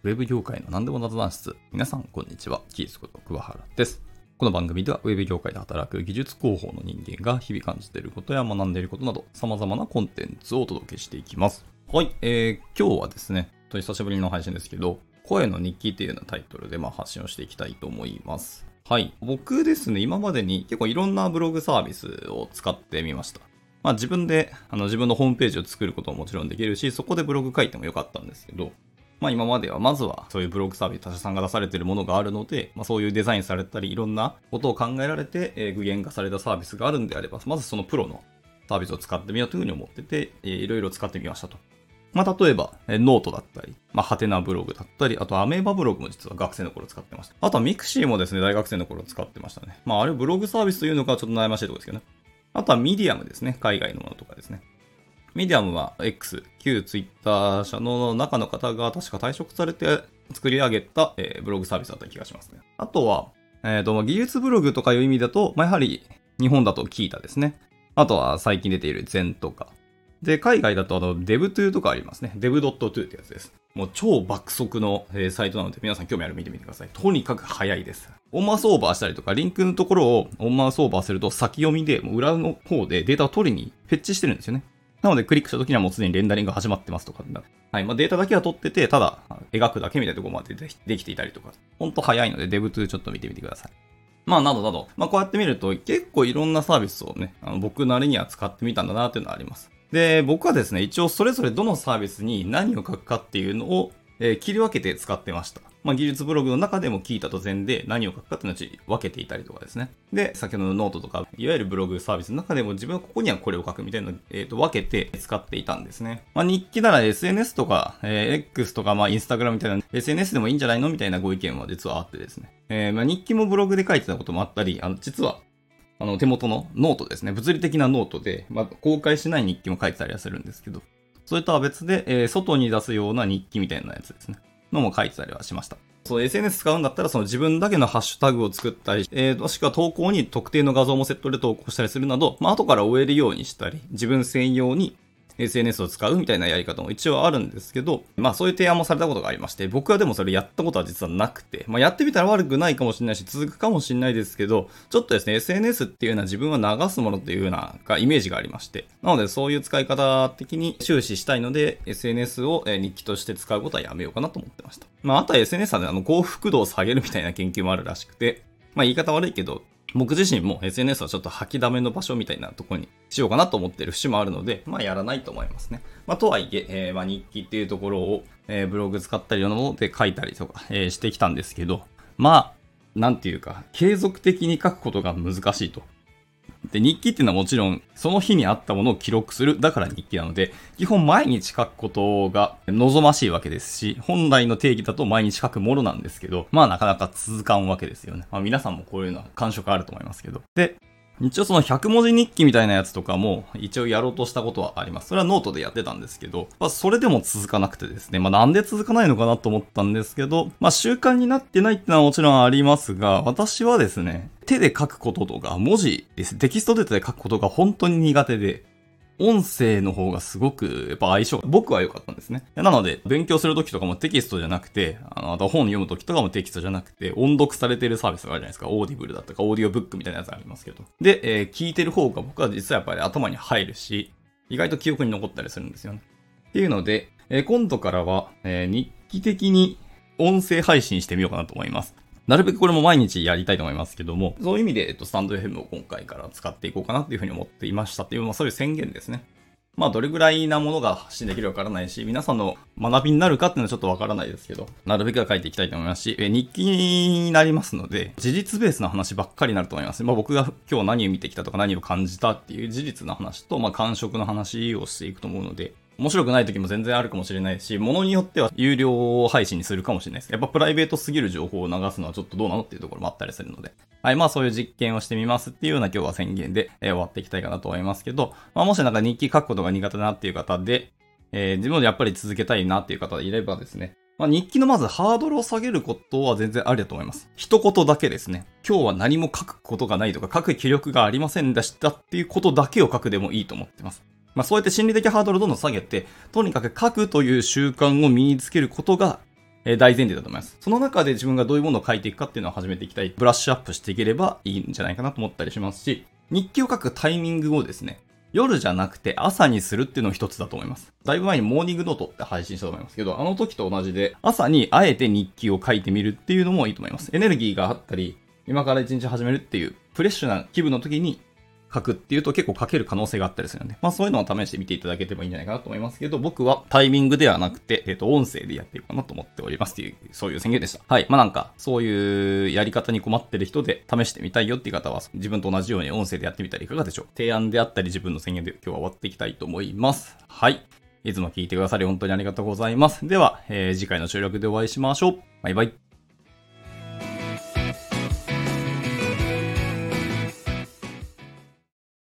ウェブ業界の何でも雑談室。皆さん、こんにちは。キースこと桑原です。この番組では、ウェブ業界で働く技術広報の人間が日々感じていることや学んでいることなど、様々なコンテンツをお届けしていきます。はい、今日はですね、久しぶりの配信ですけど、声の日記っていうようなタイトルで発信をしていきたいと思います。はい。僕ですね、今までに結構いろんなブログサービスを使ってみました。自分で自分のホームページを作ることももちろんできるし、そこでブログ書いてもよかったんですけど、今まではまずはそういうブログサービス他社さんが出されているものがあるので、そういうデザインされたりいろんなことを考えられて、具現化されたサービスがあるんであれば、まずそのプロのサービスを使ってみようというふうに思ってて、いろいろ使ってみましたと。例えば、ノートだったり、ハテナブログだったり、あとアメーバブログも実は学生の頃使ってました。あとはミクシーもですね、大学生の頃使ってましたね。あれブログサービスというのかちょっと悩ましいところですけどね。あとはミディアムですね。海外のものとかですね。ミディアムは X、旧ツイッター社の中の方が確か退職されて作り上げた、ブログサービスだった気がしますね。あとは、技術ブログとかいう意味だと、やはり日本だとキータですね。あとは最近出ているゼンとか。で、海外だとDev2 とかありますね。Dev.to ってやつです。もう超爆速のサイトなので皆さん興味ある見てみてください。とにかく早いです。オンマウスオーバーしたりとか、リンクのところをオンマウスオーバーすると先読みで、もう裏の方でデータを取りにフェッチしてるんですよね。なのでクリックした時にはもうすでにレンダリングが始まってますとか。はい。データだけは取ってて、ただ描くだけみたいなところまでできていたりとか。ほんと早いので Dev2 ちょっと見てみてください。などなど。こうやって見ると結構いろんなサービスをね、僕なりには使ってみたんだなっていうのはあります。で、僕はですね、一応それぞれどのサービスに何を書くかっていうのを、切り分けて使ってました。技術ブログの中でもキータとゼンで何を書くかっていうのを分けていたりとかですね。で、先ほどのノートとか、いわゆるブログサービスの中でも自分はここにはこれを書くみたいなのを、分けて使っていたんですね。日記なら SNS とか、X とか、インスタグラムみたいな SNS でもいいんじゃないのみたいなご意見は実はあってですね。日記もブログで書いてたこともあったり、実は手元のノートですね。物理的なノートで、公開しない日記も書いてたりはするんですけど、それとは別で、外に出すような日記みたいなやつですね。のも書いてたりはしました。そう、SNS 使うんだったら、その自分だけのハッシュタグを作ったり、もしくは投稿に特定の画像もセットで投稿したりするなど、後から終えるようにしたり、自分専用にSNS を使うみたいなやり方も一応あるんですけど、そういう提案もされたことがありまして、僕はでもそれやったことは実はなくて、やってみたら悪くないかもしれないし、続くかもしれないですけど、ちょっとですね、SNS っていうのは自分は流すものっていうようなイメージがありまして、なのでそういう使い方的に終始したいので、SNS を日記として使うことはやめようかなと思ってました。あとは SNS はね、幸福度を下げるみたいな研究もあるらしくて、言い方悪いけど、僕自身も SNS はちょっと吐きだめの場所みたいなところにしようかなと思っている節もあるので、やらないと思いますね。とはいえ、日記っていうところを、ブログ使ったりいろんなもので書いたりとか、してきたんですけど、なんていうか、継続的に書くことが難しいと。で、日記っていうのはもちろん、その日にあったものを記録する。だから日記なので、基本毎日書くことが望ましいわけですし、本来の定義だと毎日書くものなんですけど、なかなか続かんわけですよね。皆さんもこういうのは感触あると思いますけど。で、一応その100文字日記みたいなやつとかも一応やろうとしたことはあります。それはノートでやってたんですけど、それでも続かなくてですね。なんで続かないのかなと思ったんですけど、習慣になってないってのはもちろんありますが、私はですね、手で書くこととか文字です。テキストデータで書くことが本当に苦手で、音声の方がすごくやっぱ相性が僕は良かったんですね。なので勉強するときとかもテキストじゃなくて、あと本読むときとかもテキストじゃなくて音読されているサービスがあるじゃないですか。オーディブルだとかオーディオブックみたいなやつありますけど。で、聞いてる方が僕は実はやっぱり頭に入るし、意外と記憶に残ったりするんですよね。っていうので、今度からは、日記的に音声配信してみようかなと思います。なるべくこれも毎日やりたいと思いますけども、そういう意味で、スタンド FM を今回から使っていこうかなっていうふうに思っていましたっていう、そういう宣言ですね。どれぐらいなものが発信できるかわからないし、皆さんの学びになるかっていうのはちょっとわからないですけど、なるべくは書いていきたいと思いますし、日記になりますので、事実ベースの話ばっかりになると思います。僕が今日何を見てきたとか何を感じたっていう事実の話と、感触の話をしていくと思うので、面白くない時も全然あるかもしれないし、ものによっては有料配信にするかもしれないです。やっぱプライベートすぎる情報を流すのはちょっとどうなのっていうところもあったりするので。はい、そういう実験をしてみますっていうような今日は宣言で、終わっていきたいかなと思いますけど、もし日記書くことが苦手だなっていう方で、自分でやっぱり続けたいなっていう方いればですね、日記のまずハードルを下げることは全然ありだと思います。一言だけですね。今日は何も書くことがないとか書く気力がありませんでしたっていうことだけを書くでもいいと思ってます。そうやって心理的ハードルをどんどん下げて、とにかく書くという習慣を身につけることが大前提だと思います。その中で自分がどういうものを書いていくかっていうのを始めていきたい。ブラッシュアップしていければいいんじゃないかなと思ったりしますし、日記を書くタイミングをですね、夜じゃなくて朝にするっていうのも一つだと思います。だいぶ前にモーニングノートって配信したと思いますけど、あの時と同じで朝にあえて日記を書いてみるっていうのもいいと思います。エネルギーがあったり、今から一日始めるっていうフレッシュな気分の時に書くっていうと結構書ける可能性があったりするので、そういうのを試してみていただければいいんじゃないかなと思いますけど、僕はタイミングではなくて、音声でやっていこうかなと思っておりますっていう、そういう宣言でした。はい。なんか、そういうやり方に困ってる人で試してみたいよっていう方は、自分と同じように音声でやってみたらいかがでしょう。提案であったり自分の宣言で今日は終わっていきたいと思います。はい。いつも聞いてくださり本当にありがとうございます。では、次回の収録でお会いしましょう。バイバイ。